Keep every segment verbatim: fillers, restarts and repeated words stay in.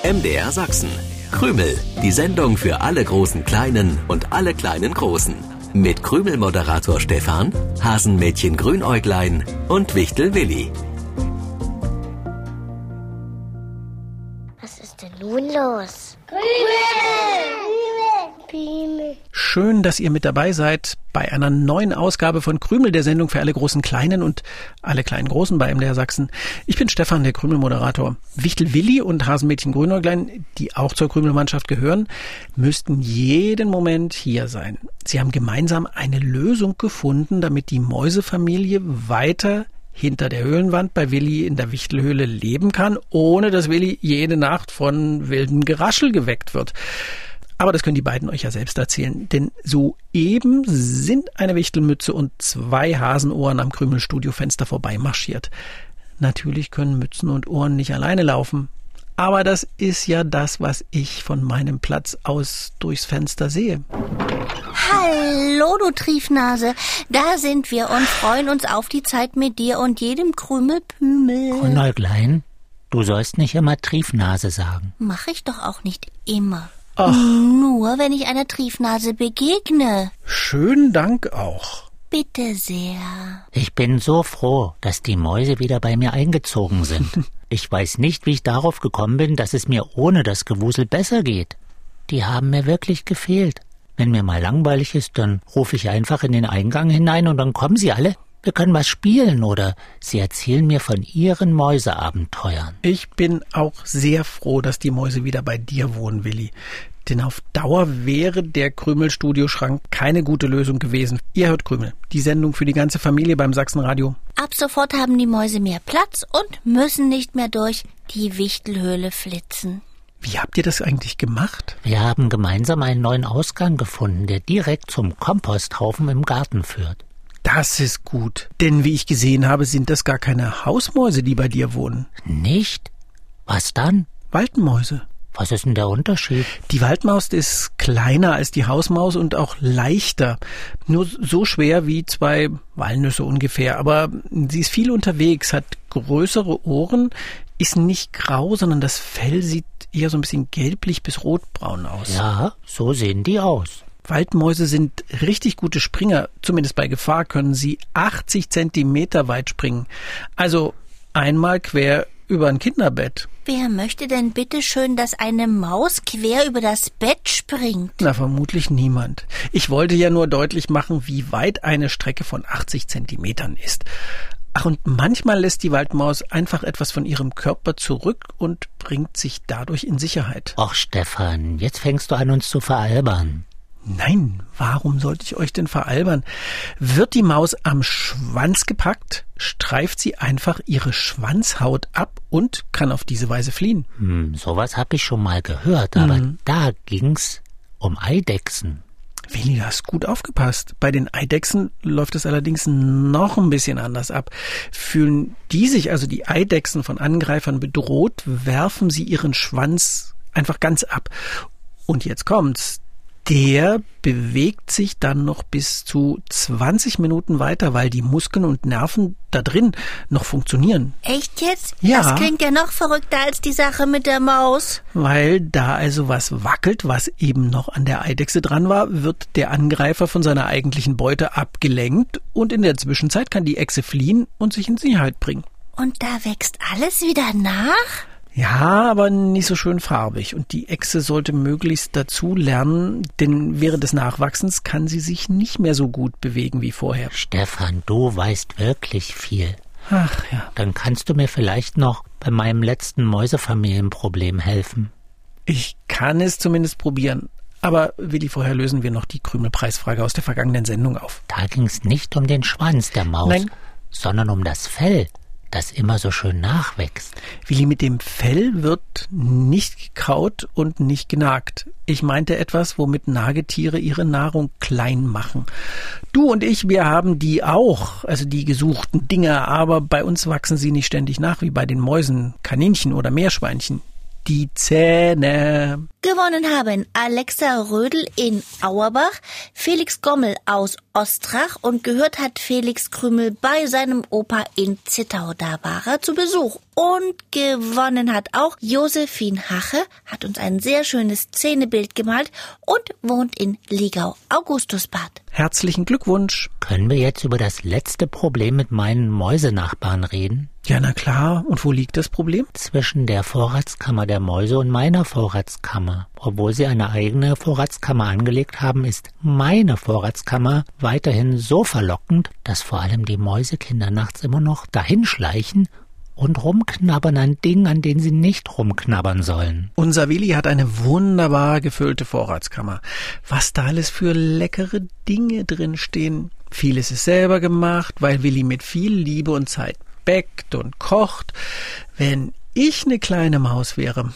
M D R Sachsen. Krümel, die Sendung für alle großen Kleinen und alle kleinen Großen. Mit Krümel-Moderator Stefan, Hasenmädchen Grünäuglein und Wichtel Willi. Was ist denn nun los? Krümel! Krümel! Schön, dass ihr mit dabei seid bei einer neuen Ausgabe von Krümel, der Sendung für alle großen Kleinen und alle kleinen Großen bei M D R Sachsen. Ich bin Stefan, der Krümel-Moderator. Wichtel Willi und Hasenmädchen Grünäuglein, die auch zur Krümelmannschaft gehören, müssten jeden Moment hier sein. Sie haben gemeinsam eine Lösung gefunden, damit die Mäusefamilie weiter hinter der Höhlenwand bei Willi in der Wichtelhöhle leben kann, ohne dass Willi jede Nacht von wildem Geraschel geweckt wird. Aber das können die beiden euch ja selbst erzählen, denn soeben sind eine Wichtelmütze und zwei Hasenohren am Krümelstudiofenster vorbeimarschiert. Natürlich können Mützen und Ohren nicht alleine laufen, aber das ist ja das, was ich von meinem Platz aus durchs Fenster sehe. Hallo, du Triefnase, da sind wir und freuen uns auf die Zeit mit dir und jedem Krümelpümel. Grünäuglein, du sollst nicht immer Triefnase sagen. Mach ich doch auch nicht immer. Ach. Nur wenn ich einer Triefnase begegne. Schönen Dank auch. Bitte sehr. Ich bin so froh, dass die Mäuse wieder bei mir eingezogen sind. Ich weiß nicht, wie ich darauf gekommen bin, dass es mir ohne das Gewusel besser geht. Die haben mir wirklich gefehlt. Wenn mir mal langweilig ist, dann rufe ich einfach in den Eingang hinein und dann kommen sie alle. Wir können was spielen oder sie erzählen mir von ihren Mäuseabenteuern. Ich bin auch sehr froh, dass die Mäuse wieder bei dir wohnen, Willi. Denn auf Dauer wäre der Krümel-Studioschrank keine gute Lösung gewesen. Ihr hört Krümel, die Sendung für die ganze Familie beim Sachsenradio. Ab sofort haben die Mäuse mehr Platz und müssen nicht mehr durch die Wichtelhöhle flitzen. Wie habt ihr das eigentlich gemacht? Wir haben gemeinsam einen neuen Ausgang gefunden, der direkt zum Komposthaufen im Garten führt. Das ist gut, denn wie ich gesehen habe, sind das gar keine Hausmäuse, die bei dir wohnen. Nicht? Was dann? Waldmäuse. Was ist denn der Unterschied? Die Waldmaus ist kleiner als die Hausmaus und auch leichter. Nur so schwer wie zwei Walnüsse ungefähr. Aber sie ist viel unterwegs, hat größere Ohren, ist nicht grau, sondern das Fell sieht eher so ein bisschen gelblich bis rotbraun aus. Ja, so sehen die aus. Waldmäuse sind richtig gute Springer. Zumindest bei Gefahr können sie achtzig Zentimeter weit springen. Also einmal quer über ein Kinderbett. Wer möchte denn bitte schön, dass eine Maus quer über das Bett springt? Na, vermutlich niemand. Ich wollte ja nur deutlich machen, wie weit eine Strecke von achtzig Zentimetern ist. Ach, und manchmal lässt die Waldmaus einfach etwas von ihrem Körper zurück und bringt sich dadurch in Sicherheit. Ach, Stefan, jetzt fängst du an, uns zu veralbern. Nein, warum sollte ich euch denn veralbern? Wird die Maus am Schwanz gepackt, streift sie einfach ihre Schwanzhaut ab und kann auf diese Weise fliehen. Hm, sowas habe ich schon mal gehört, aber Mhm. da ging's um Eidechsen. Willi, du hast gut aufgepasst. Bei den Eidechsen läuft es allerdings noch ein bisschen anders ab. Fühlen die sich, also die Eidechsen, von Angreifern bedroht, werfen sie ihren Schwanz einfach ganz ab. Und jetzt kommt's. Der bewegt sich dann noch bis zu zwanzig Minuten weiter, weil die Muskeln und Nerven da drin noch funktionieren. Echt jetzt? Ja. Das klingt ja noch verrückter als die Sache mit der Maus. Weil da also was wackelt, was eben noch an der Eidechse dran war, wird der Angreifer von seiner eigentlichen Beute abgelenkt und in der Zwischenzeit kann die Echse fliehen und sich in Sicherheit bringen. Und da wächst alles wieder nach? Ja, aber nicht so schön farbig. Und die Echse sollte möglichst dazu lernen, denn während des Nachwachsens kann sie sich nicht mehr so gut bewegen wie vorher. Stefan, du weißt wirklich viel. Ach ja. Dann kannst du mir vielleicht noch bei meinem letzten Mäusefamilienproblem helfen. Ich kann es zumindest probieren. Aber Willi, vorher lösen wir noch die Krümelpreisfrage aus der vergangenen Sendung auf. Da ging's nicht um den Schwanz der Maus, Nein. sondern um das Fell, das immer so schön nachwächst. Willi, mit dem Fell wird nicht gekaut und nicht genagt. Ich meinte etwas, womit Nagetiere ihre Nahrung klein machen. Du und ich, wir haben die auch, also die gesuchten Dinger, aber bei uns wachsen sie nicht ständig nach, wie bei den Mäusen, Kaninchen oder Meerschweinchen. Die Zähne. Gewonnen haben Alexa Rödel in Auerbach, Felix Gommel aus Ostrach und gehört hat Felix Krümel bei seinem Opa in Zittau. Da war er zu Besuch. Und gewonnen hat auch Josephine Hache, hat uns ein sehr schönes Szenebild gemalt und wohnt in Ligau-Augustusbad. Herzlichen Glückwunsch. Können wir jetzt über das letzte Problem mit meinen Mäusenachbarn reden? Ja, na klar. Und wo liegt das Problem? Zwischen der Vorratskammer der Mäuse und meiner Vorratskammer. Obwohl sie eine eigene Vorratskammer angelegt haben, ist meine Vorratskammer weiterhin so verlockend, dass vor allem die Mäusekinder nachts immer noch dahinschleichen und rumknabbern an Dingen, an denen sie nicht rumknabbern sollen. Unser Willi hat eine wunderbar gefüllte Vorratskammer. Was da alles für leckere Dinge drin stehen. Vieles ist selber gemacht, weil Willi mit viel Liebe und Zeit bäckt und kocht. Wenn ich eine kleine Maus wäre,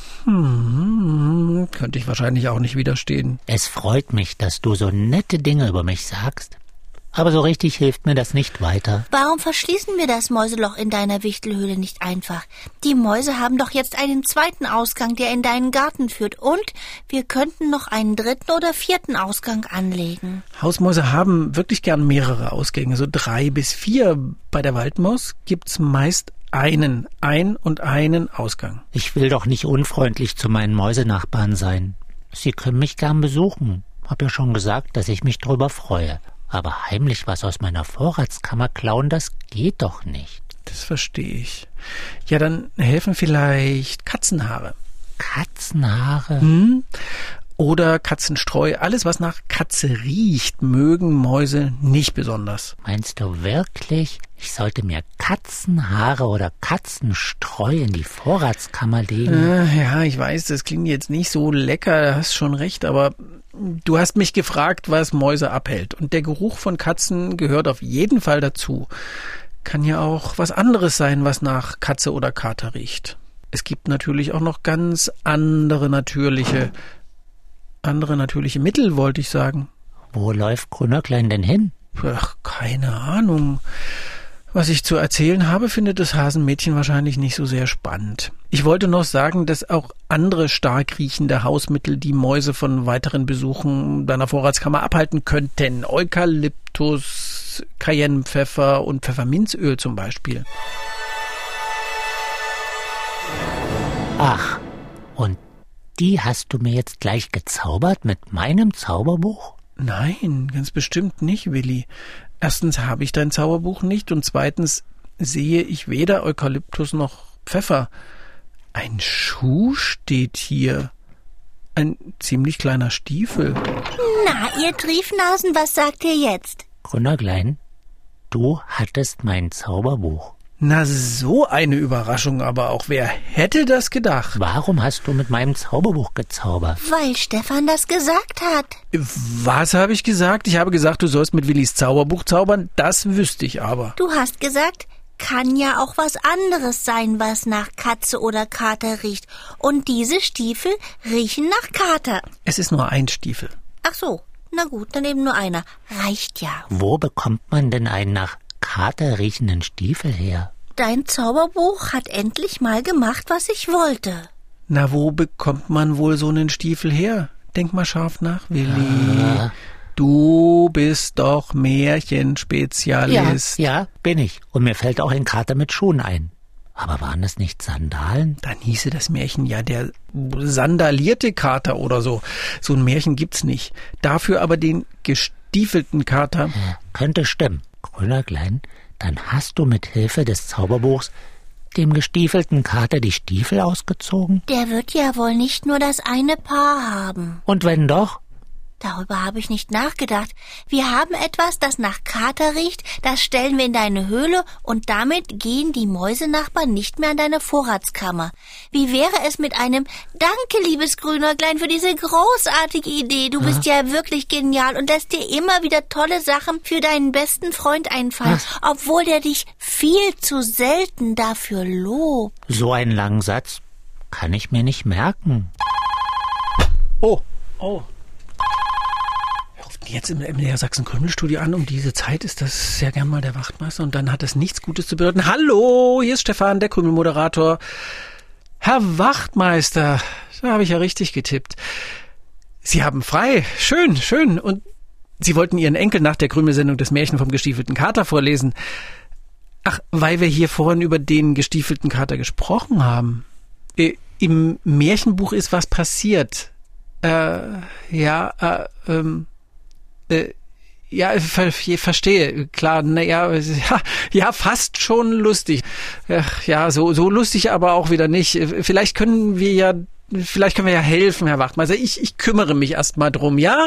hm, könnte ich wahrscheinlich auch nicht widerstehen. Es freut mich, dass du so nette Dinge über mich sagst. Aber so richtig hilft mir das nicht weiter. Warum verschließen wir das Mäuseloch in deiner Wichtelhöhle nicht einfach? Die Mäuse haben doch jetzt einen zweiten Ausgang, der in deinen Garten führt. Und wir könnten noch einen dritten oder vierten Ausgang anlegen. Hausmäuse haben wirklich gern mehrere Ausgänge, so drei bis vier. Bei der Waldmaus gibt's meist einen Ein- und einen Ausgang. Ich will doch nicht unfreundlich zu meinen Mäusenachbarn sein. Sie können mich gern besuchen. Hab ja schon gesagt, dass ich mich drüber freue. Aber heimlich was aus meiner Vorratskammer klauen, das geht doch nicht. Das verstehe ich. Ja, dann helfen vielleicht Katzenhaare. Katzenhaare? Hm? Oder Katzenstreu. Alles, was nach Katze riecht, mögen Mäuse nicht besonders. Meinst du wirklich, ich sollte mir Katzenhaare oder Katzenstreu in die Vorratskammer legen? Äh, ja, ich weiß, das klingt jetzt nicht so lecker, du hast schon recht, aber du hast mich gefragt, was Mäuse abhält. Und der Geruch von Katzen gehört auf jeden Fall dazu. Kann ja auch was anderes sein, was nach Katze oder Kater riecht. Es gibt natürlich auch noch ganz andere natürliche, andere natürliche Mittel, wollte ich sagen. Wo läuft Grünäuglein denn hin? Ach, keine Ahnung. Was ich zu erzählen habe, findet das Hasenmädchen wahrscheinlich nicht so sehr spannend. Ich wollte noch sagen, dass auch andere stark riechende Hausmittel die Mäuse von weiteren Besuchen deiner Vorratskammer abhalten könnten. Eukalyptus, Cayennepfeffer und Pfefferminzöl zum Beispiel. Ach, und die hast du mir jetzt gleich gezaubert mit meinem Zauberbuch? Nein, ganz bestimmt nicht, Willi. Erstens habe ich dein Zauberbuch nicht und zweitens sehe ich weder Eukalyptus noch Pfeffer. Ein Schuh steht hier. Ein ziemlich kleiner Stiefel. Na, ihr Triefnasen, was sagt ihr jetzt? Grünäuglein, du hattest mein Zauberbuch. Na, so eine Überraschung aber auch. Wer hätte das gedacht? Warum hast du mit meinem Zauberbuch gezaubert? Weil Stefan das gesagt hat. Was habe ich gesagt? Ich habe gesagt, du sollst mit Willis Zauberbuch zaubern. Das wüsste ich aber. Du hast gesagt, kann ja auch was anderes sein, was nach Katze oder Kater riecht. Und diese Stiefel riechen nach Kater. Es ist nur ein Stiefel. Ach so, na gut, dann eben nur einer. Reicht ja. Wo bekommt man denn einen nach Kater riechenden Stiefel her? Dein Zauberbuch hat endlich mal gemacht, was ich wollte. Na, wo bekommt man wohl so einen Stiefel her? Denk mal scharf nach, Willi. Ah. Du bist doch Märchenspezialist. Ja, ja, bin ich. Und mir fällt auch ein Kater mit Schuhen ein. Aber waren das nicht Sandalen? Dann hieße das Märchen ja der sandalierte Kater oder so. So ein Märchen gibt's nicht. Dafür aber den gestiefelten Kater. Ja, könnte stimmen. Grünäuglein, dann hast du mit Hilfe des Zauberbuchs dem gestiefelten Kater die Stiefel ausgezogen? Der wird ja wohl nicht nur das eine Paar haben. Und wenn doch? Darüber habe ich nicht nachgedacht. Wir haben etwas, das nach Kater riecht, das stellen wir in deine Höhle und damit gehen die Mäusenachbarn nicht mehr an deine Vorratskammer. Wie wäre es mit einem Danke, liebes Grünäuglein, für diese großartige Idee. Du bist ja wirklich genial und lässt dir immer wieder tolle Sachen für deinen besten Freund einfallen, Was? obwohl der dich viel zu selten dafür lobt. So einen langen Satz kann ich mir nicht merken. Oh, oh. Jetzt im, im Niedersachsen-Krümel-Studio an. Um diese Zeit ist das sehr gern mal der Wachtmeister und dann hat das nichts Gutes zu bedeuten. Hallo, hier ist Stefan, der Krümel-Moderator. Herr Wachtmeister, da habe ich ja richtig getippt. Sie haben frei. Schön, schön. Und Sie wollten Ihren Enkel nach der Krümelsendung das Märchen vom gestiefelten Kater vorlesen. Ach, weil wir hier vorhin über den gestiefelten Kater gesprochen haben. Äh, Im Märchenbuch ist was passiert. Äh, ja, äh, ähm, äh, ja, ver- verstehe. Klar, naja, ja, ja, fast schon lustig. Ja, so, so lustig aber auch wieder nicht. Vielleicht können wir ja, vielleicht können wir ja helfen, Herr Wachtmeister. Ich, ich kümmere mich erst mal drum, ja?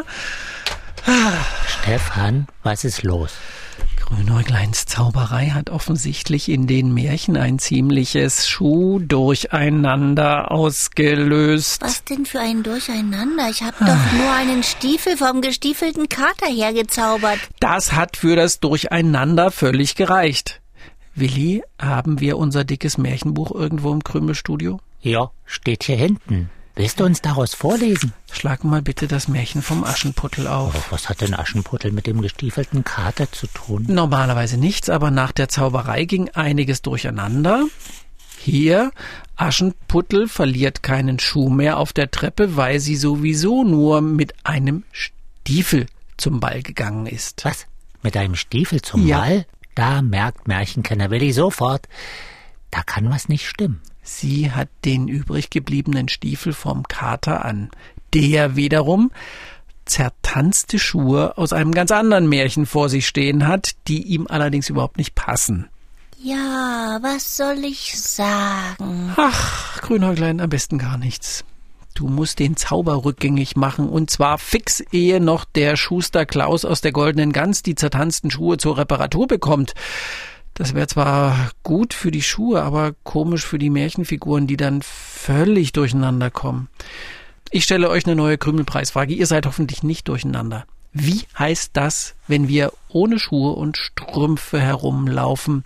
Stefan, was ist los? Grünäugleins Zauberei hat offensichtlich in den Märchen ein ziemliches Schuhdurcheinander ausgelöst. Was denn für ein Durcheinander? Ich habe doch nur einen Stiefel vom gestiefelten Kater hergezaubert. Das hat für das Durcheinander völlig gereicht. Willi, haben wir unser dickes Märchenbuch irgendwo im Krümelstudio? Ja, steht hier hinten. Willst du uns daraus vorlesen? Schlag mal bitte das Märchen vom Aschenputtel auf. Oh, was hat denn Aschenputtel mit dem gestiefelten Kater zu tun? Normalerweise nichts, aber nach der Zauberei ging einiges durcheinander. Hier, Aschenputtel verliert keinen Schuh mehr auf der Treppe, weil sie sowieso nur mit einem Stiefel zum Ball gegangen ist. Was? Mit einem Stiefel zum Ja. Ball? Da merkt Märchenkenner Willi sofort, da kann was nicht stimmen. Sie hat den übrig gebliebenen Stiefel vom Kater an. Der wiederum zertanzte Schuhe aus einem ganz anderen Märchen vor sich stehen hat, die ihm allerdings überhaupt nicht passen. Ja, was soll ich sagen? Ach, Grünäuglein, am besten gar nichts. Du musst den Zauber rückgängig machen, und zwar fix, ehe noch der Schuster Klaus aus der Goldenen Gans die zertanzten Schuhe zur Reparatur bekommt. Das wäre zwar gut für die Schuhe, aber komisch für die Märchenfiguren, die dann völlig durcheinander kommen. Ich stelle euch eine neue Krümelpreisfrage. Ihr seid hoffentlich nicht durcheinander. Wie heißt das, wenn wir ohne Schuhe und Strümpfe herumlaufen?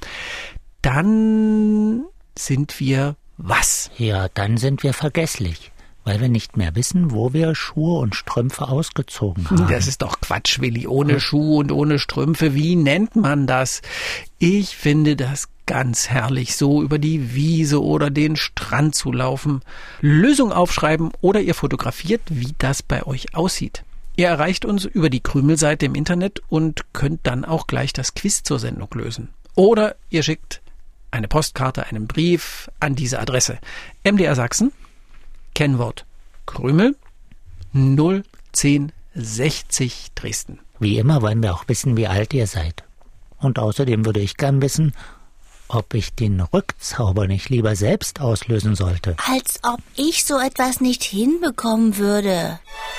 Dann sind wir was? Ja, dann sind wir vergesslich, weil wir nicht mehr wissen, wo wir Schuhe und Strümpfe ausgezogen haben. Das ist doch Quatsch, Willi. Ohne Schuhe und ohne Strümpfe, wie nennt man das? Ich finde das ganz herrlich, so über die Wiese oder den Strand zu laufen. Lösung aufschreiben oder ihr fotografiert, wie das bei euch aussieht. Ihr erreicht uns über die Krümelseite im Internet und könnt dann auch gleich das Quiz zur Sendung lösen. Oder ihr schickt eine Postkarte, einen Brief an diese Adresse. M D R Sachsen, Kennwort Krümel, null zehn sechzig Dresden. Wie immer wollen wir auch wissen, wie alt ihr seid. Und außerdem würde ich gern wissen, ob ich den Rückzauber nicht lieber selbst auslösen sollte. Als ob ich so etwas nicht hinbekommen würde.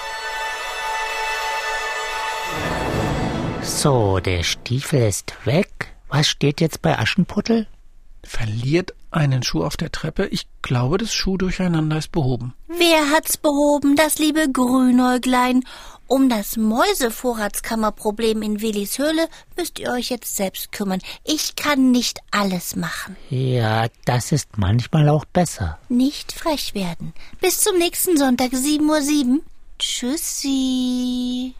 So, der Stiefel ist weg. Was steht jetzt bei Aschenputtel? Verliert einen Schuh auf der Treppe. Ich glaube, das Schuhdurcheinander ist behoben. Wer hat's behoben, das liebe Grünäuglein? Um das Mäusevorratskammerproblem in Willis Höhle müsst ihr euch jetzt selbst kümmern. Ich kann nicht alles machen. Ja, das ist manchmal auch besser. Nicht frech werden. Bis zum nächsten Sonntag, sieben Uhr sieben. Tschüssi.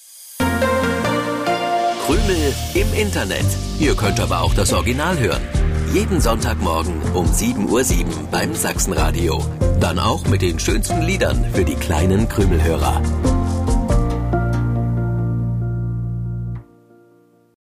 Krümel im Internet. Ihr könnt aber auch das Original hören. Jeden Sonntagmorgen um sieben Uhr sieben beim Sachsenradio. Dann auch mit den schönsten Liedern für die kleinen Krümelhörer.